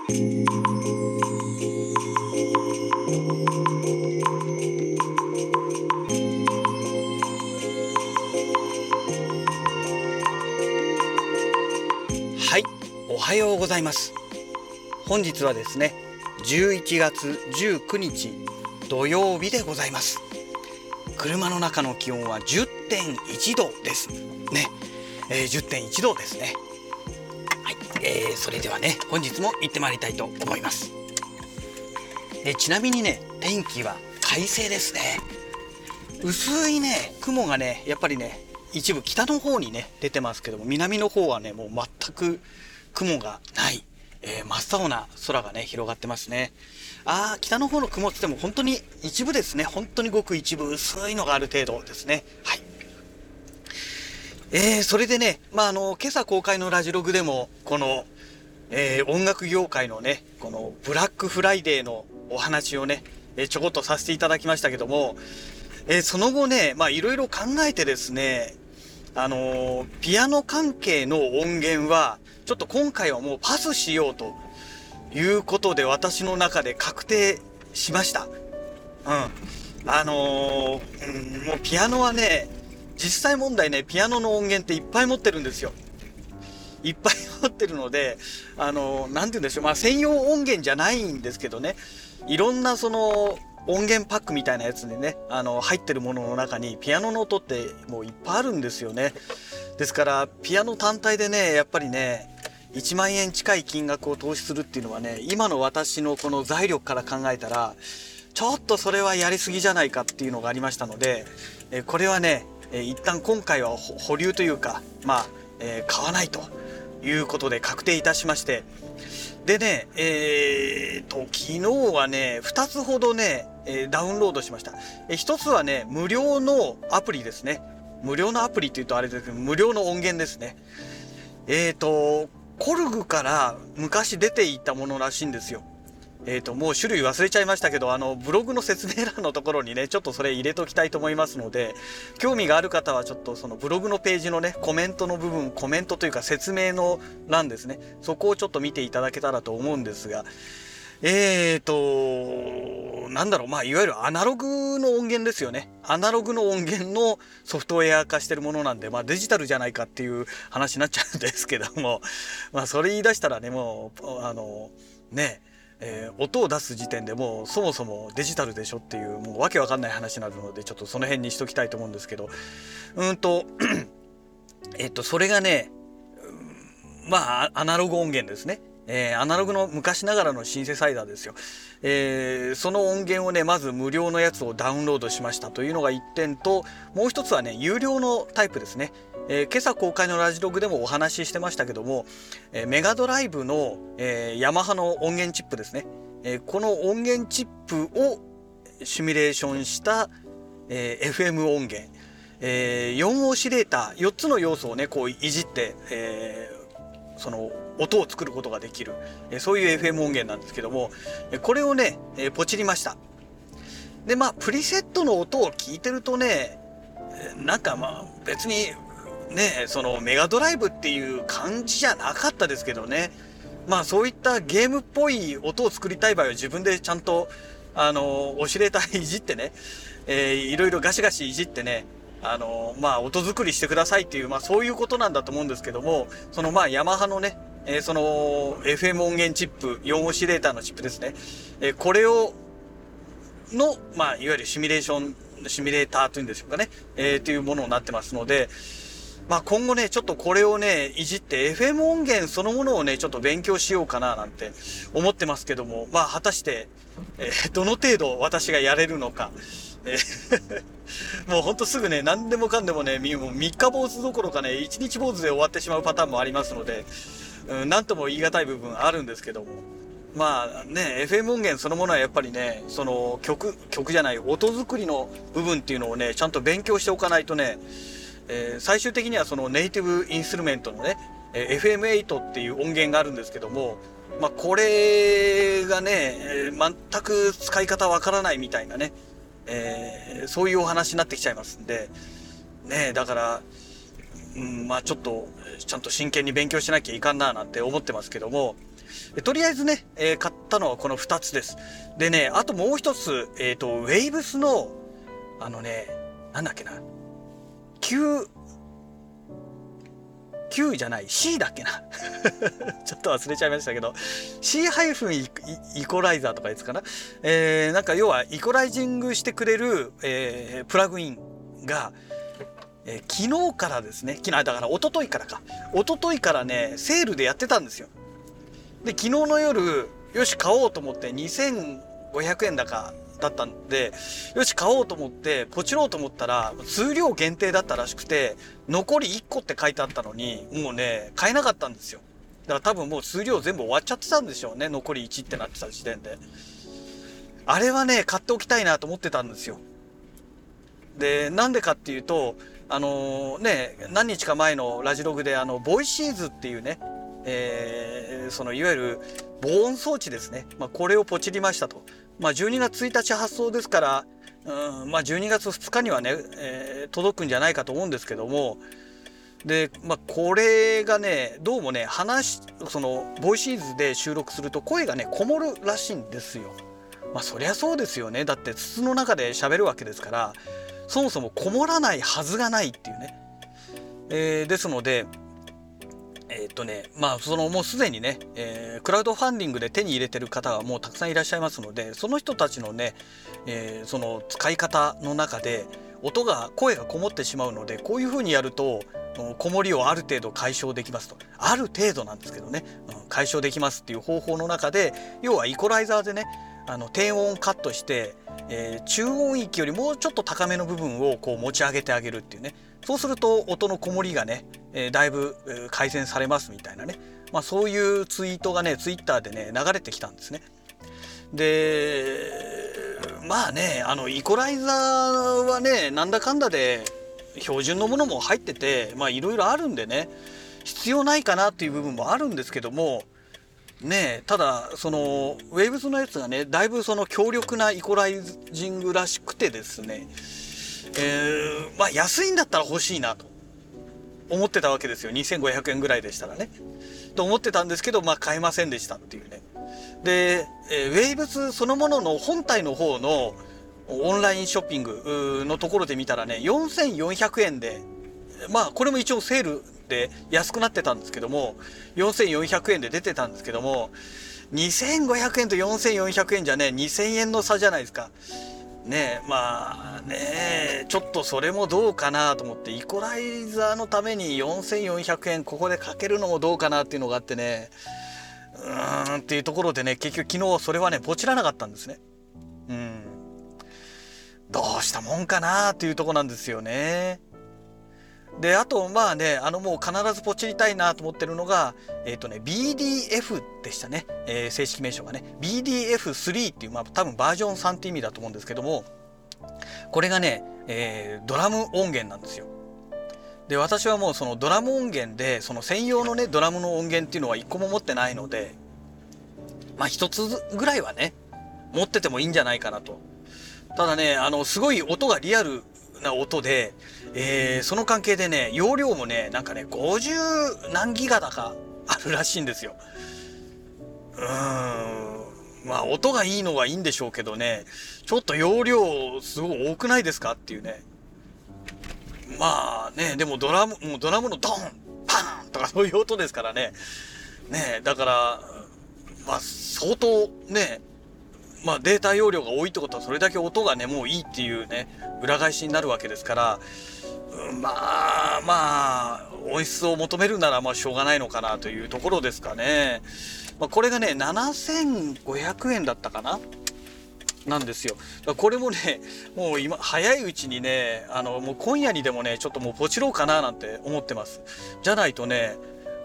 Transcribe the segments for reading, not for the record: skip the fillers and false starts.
はい、おはようございます。本日はですね、11月19日土曜日でございます。車の中の気温は 10.1 度ですね。10.1 度ですね。はい、それではね、本日も行ってまいりたいと思います。ちなみにね、天気は快晴ですね。薄いね、雲がね、やっぱりね、一部北の方にね、出てますけども、南の方はね、もう全く雲がない、真っ青な空がね、広がってますね。北の方の雲って言っても本当に一部ですね。本当にごく一部薄いのがある程度ですね。はい。それでね、今朝公開のラジログでも、この、音楽業界のね、このブラックフライデーのお話をね、ちょこっとさせていただきましたけども、その後ね、いろいろ考えてですね、ピアノ関係の音源は、ちょっと今回はもうパスしようということで私の中で確定しました。もうピアノはね、実際問題ね、ピアノの音源っていっぱい持ってるんですよ。いっぱい持ってるので、なんて言うんでしょう、専用音源じゃないんですけどね、いろんなその音源パックみたいなやつにね、入ってるものの中にピアノの音ってもういっぱいあるんですよね。ですからピアノ単体でね、やっぱりね、1万円近い金額を投資するっていうのはね、今の私のこの財力から考えたらちょっとそれはやりすぎじゃないかっていうのがありましたので、これはね、一旦今回は保留というか、買わないということで確定いたしまして、でね、昨日はね、2つほどね、ダウンロードしました。1つはね、無料のアプリですね。無料のアプリって言うとあれですけど、無料の音源ですね。コルグから昔出ていたものらしいんですよ。もう種類忘れちゃいましたけど、ブログの説明欄のところにね、ちょっとそれ入れときたいと思いますので、興味がある方はちょっとそのブログのページのね、コメントの部分、コメントというか説明の欄ですね、そこをちょっと見ていただけたらと思うんですが、なんだろう、いわゆるアナログの音源ですよね。アナログの音源のソフトウェア化してるものなんで、デジタルじゃないかっていう話になっちゃうんですけども、それ言い出したらね、もう、音を出す時点でもうそもそもデジタルでしょっていう、もうわけわかんない話になるので、ちょっとその辺にしときたいと思うんですけど、それがね、アナログ音源ですね。アナログの昔ながらのシンセサイザーですよ。その音源をね、まず無料のやつをダウンロードしましたというのが1点と、もう一つはね、有料のタイプですね。今朝公開のラジログでもお話ししてましたけども、メガドライブの、ヤマハの音源チップですね。この音源チップをシミュレーションした、FM 音源、4オシレーター、4つの要素をね、こういじって、その音を作ることができる、そういう FM 音源なんですけども、これをね、ポチりました。で、プリセットの音を聞いてるとね、なんか別にね、そのメガドライブっていう感じじゃなかったですけどね。そういったゲームっぽい音を作りたい場合は自分でちゃんとオシレーターいじってね、いろいろガシガシいじってね、音作りしてくださいっていう、そういうことなんだと思うんですけども、そのヤマハのね、その FM 音源チップ、4オシレーターのチップですね。これを、いわゆるシミュレーターというんでしょうかね。というものになってますので、今後ね、ちょっとこれをね、いじって FM 音源そのものをね、ちょっと勉強しようかななんて思ってますけども、果たして、どの程度私がやれるのか。もうほんとすぐね、何でもかんでもね、もう三日坊主どころかね、一日坊主で終わってしまうパターンもありますので、なんとも言い難い部分あるんですけども。FM 音源そのものはやっぱりね、その曲じゃない、音作りの部分っていうのをね、ちゃんと勉強しておかないとね、最終的にはそのネイティブインストゥルメントのね、FM8 っていう音源があるんですけども、これがね、全く使い方わからないみたいなね、そういうお話になってきちゃいますんで、ね、だから、ちょっとちゃんと真剣に勉強しなきゃいかんななんて思ってますけども、 とりあえずね、買ったのはこの2つです。でね、あともう一つ、ウェイブスの、なんだっけな、Q じゃない、C だっけなちょっと忘れちゃいましたけど、C- イコライザーとかですかな。なんか要はイコライジングしてくれる、プラグインが、昨日からですね、だから一昨日からね、セールでやってたんですよ。で、昨日の夜、よし買おうと思って2500円だったんで、よし買おうと思ってポチろうと思ったら数量限定だったらしくて、残り1個って書いてあったのに、もうね買えなかったんですよ。だから多分もう数量全部終わっちゃってたんでしょうね、残り1ってなってた時点で。あれはね買っておきたいなと思ってたんですよ。で、なんでかっていうと、何日か前のラジログでボイシーズっていうね、そのいわゆる防音装置ですね、これをポチりましたと。12月1日発送ですから、12月2日にはね、届くんじゃないかと思うんですけども、で、これがねどうもねそのボイシーズで収録すると声がねこもるらしいんですよ。そりゃそうですよね。だって筒の中で喋るわけですから、そもそもこもらないはずがないっていうね。ですのでもうすでにね、クラウドファンディングで手に入れてる方はもうたくさんいらっしゃいますので、その人たちのね、その使い方の中で声がこもってしまうので、こういうふうにやるとこもりをある程度解消できますと。ある程度なんですけどね、解消できますっていう方法の中で、要はイコライザーでね低音をカットして、中音域よりもうちょっと高めの部分をこう持ち上げてあげるっていうね。そうすると音のこもりがね、だいぶ改善されますみたいなね、そういうツイートがねツイッターでね流れてきたんですね。で、イコライザーはねなんだかんだで標準のものも入ってて、いろいろあるんでね必要ないかなっていう部分もあるんですけどもね、ただそのウェーブスのやつがねだいぶその強力なイコライジングらしくてですね、安いんだったら欲しいなと思ってたわけですよ。2500円ぐらいでしたらねと思ってたんですけど、買えませんでしたっていうね。で、ウェイブスそのものの本体の方のオンラインショッピングのところで見たらね4400円で、これも一応セールで安くなってたんですけども、4400円で出てたんですけども、2500円と4400円じゃね2000円の差じゃないですかね。ちょっとそれもどうかなと思って、イコライザーのために4400円ここでかけるのもどうかなっていうのがあってね、っていうところでね結局昨日それはねポチらなかったんですね。どうしたもんかなっていうとこなんですよね。で、あともう必ずポチりたいなと思ってるのがBDF でしたね、正式名称がね BDF3 っていう多分バージョン3って意味だと思うんですけども、これがね、ドラム音源なんですよ。で、私はもうそのドラム音源でその専用のねドラムの音源っていうのは1個も持ってないので、1つぐらいはね持っててもいいんじゃないかなと。ただねすごい音がリアルな音で、その関係でね容量もねなんかね50何ギガだかあるらしいんですよ。音がいいのはいいんでしょうけどね、ちょっと容量すごい多くないですかっていうね。でもドラムのドンパンとかそういう音ですからね。だから相当ねデータ容量が多いってことはそれだけ音がねもういいっていうね裏返しになるわけですから、音質を求めるならしょうがないのかなというところですかね。これがね7500円だったかななんですよ。これもねもう今早いうちにねもう今夜にでもねちょっともうポチろうかななんて思ってます。じゃないとね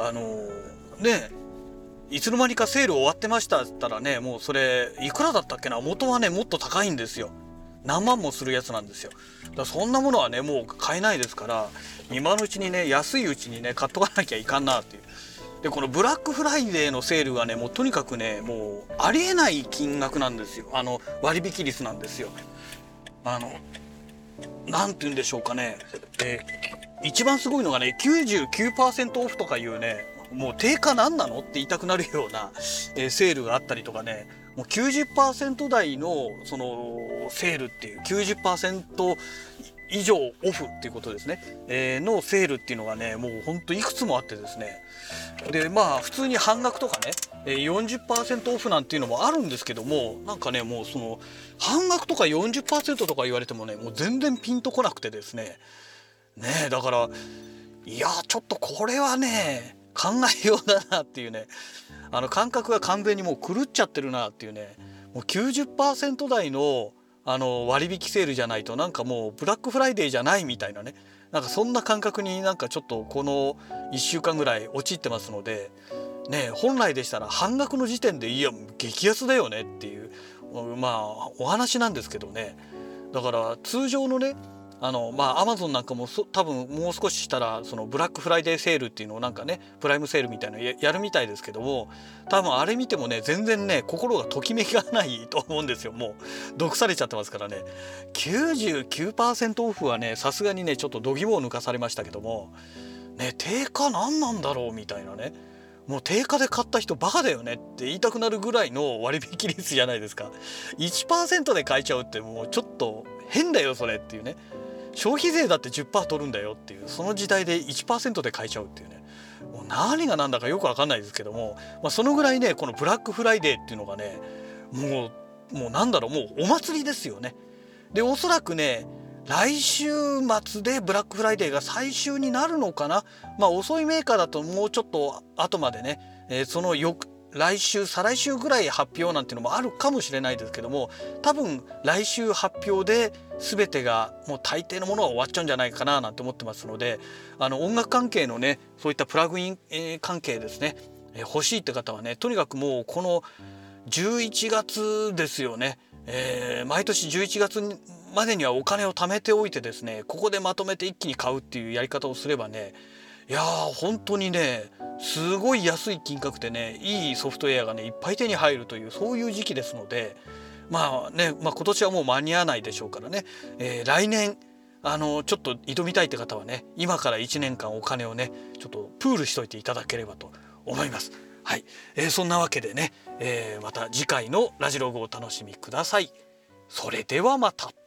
いつの間にかセール終わってましたって言ったらね、もうそれいくらだったっけな、元はねもっと高いんですよ。何万もするやつなんですよ。だからそんなものはねもう買えないですから、今のうちにね安いうちにね買っとかなきゃいかんなっていう。でこのブラックフライデーのセールがねもうとにかくねもうありえない金額なんですよ。割引率なんですよ。なんて言うんでしょうかね、一番すごいのがね 99% オフとかいうねもう定価何なのって言いたくなるような、セールがあったりとかね、もう 90% 台のそのセールっていう 90% 以上オフっていうことですね、のセールっていうのがねもうほんといくつもあってですね、でまあ普通に半額とかね 40% オフなんていうのもあるんですけども、なんかねもうその半額とか 40% とか言われてもねもう全然ピンとこなくてですね、だからいやちょっとこれはね考えようだなっていうね、感覚が完全にもう狂っちゃってるなっていうね、もう 90% 台の割引セールじゃないとなんかもうブラックフライデーじゃないみたいなね、なんかそんな感覚になんかちょっとこの1週間ぐらい陥ってますのでね、本来でしたら半額の時点でいや激安だよねっていうまあお話なんですけどね、だから通常のねアマゾンなんかも多分もう少ししたらそのブラックフライデーセールっていうのをなんかねプライムセールみたいなのやるみたいですけども、多分あれ見てもね全然ね心がときめきがないと思うんですよ。もう毒されちゃってますからね。99% オフはねさすがにねちょっと度肝を抜かされましたけどもね、定価何なんだろうみたいなね、もう定価で買った人バカだよねって言いたくなるぐらいの割引率じゃないですか。1% で買えちゃうってもうちょっと変だよそれっていうね、消費税だって 10% 取るんだよっていう、その時代で 1% で買えちゃうっていうね、もう何が何だかよく分かんないですけども、そのぐらいねこのブラックフライデーっていうのがねもうなんだろう、もうお祭りですよね。でおそらくね来週末でブラックフライデーが最終になるのかな。遅いメーカーだともうちょっと後までね、その来週再来週ぐらい発表なんていうのもあるかもしれないですけども、多分来週発表で全てがもう大抵のものは終わっちゃうんじゃないかななんて思ってますので、音楽関係のねそういったプラグイン、関係ですね、欲しいって方はねとにかくもうこの11月ですよね、毎年11月までにはお金を貯めておいてですね、ここでまとめて一気に買うっていうやり方をすればね、いやー本当にねすごい安い金額でねいいソフトウェアがねいっぱい手に入るというそういう時期ですので、今年はもう間に合わないでしょうからね、来年ちょっと挑みたいって方はね今から1年間お金をねちょっとプールしといていただければと思います。はい、そんなわけでね、また次回のラジログをお楽しみください。それではまた。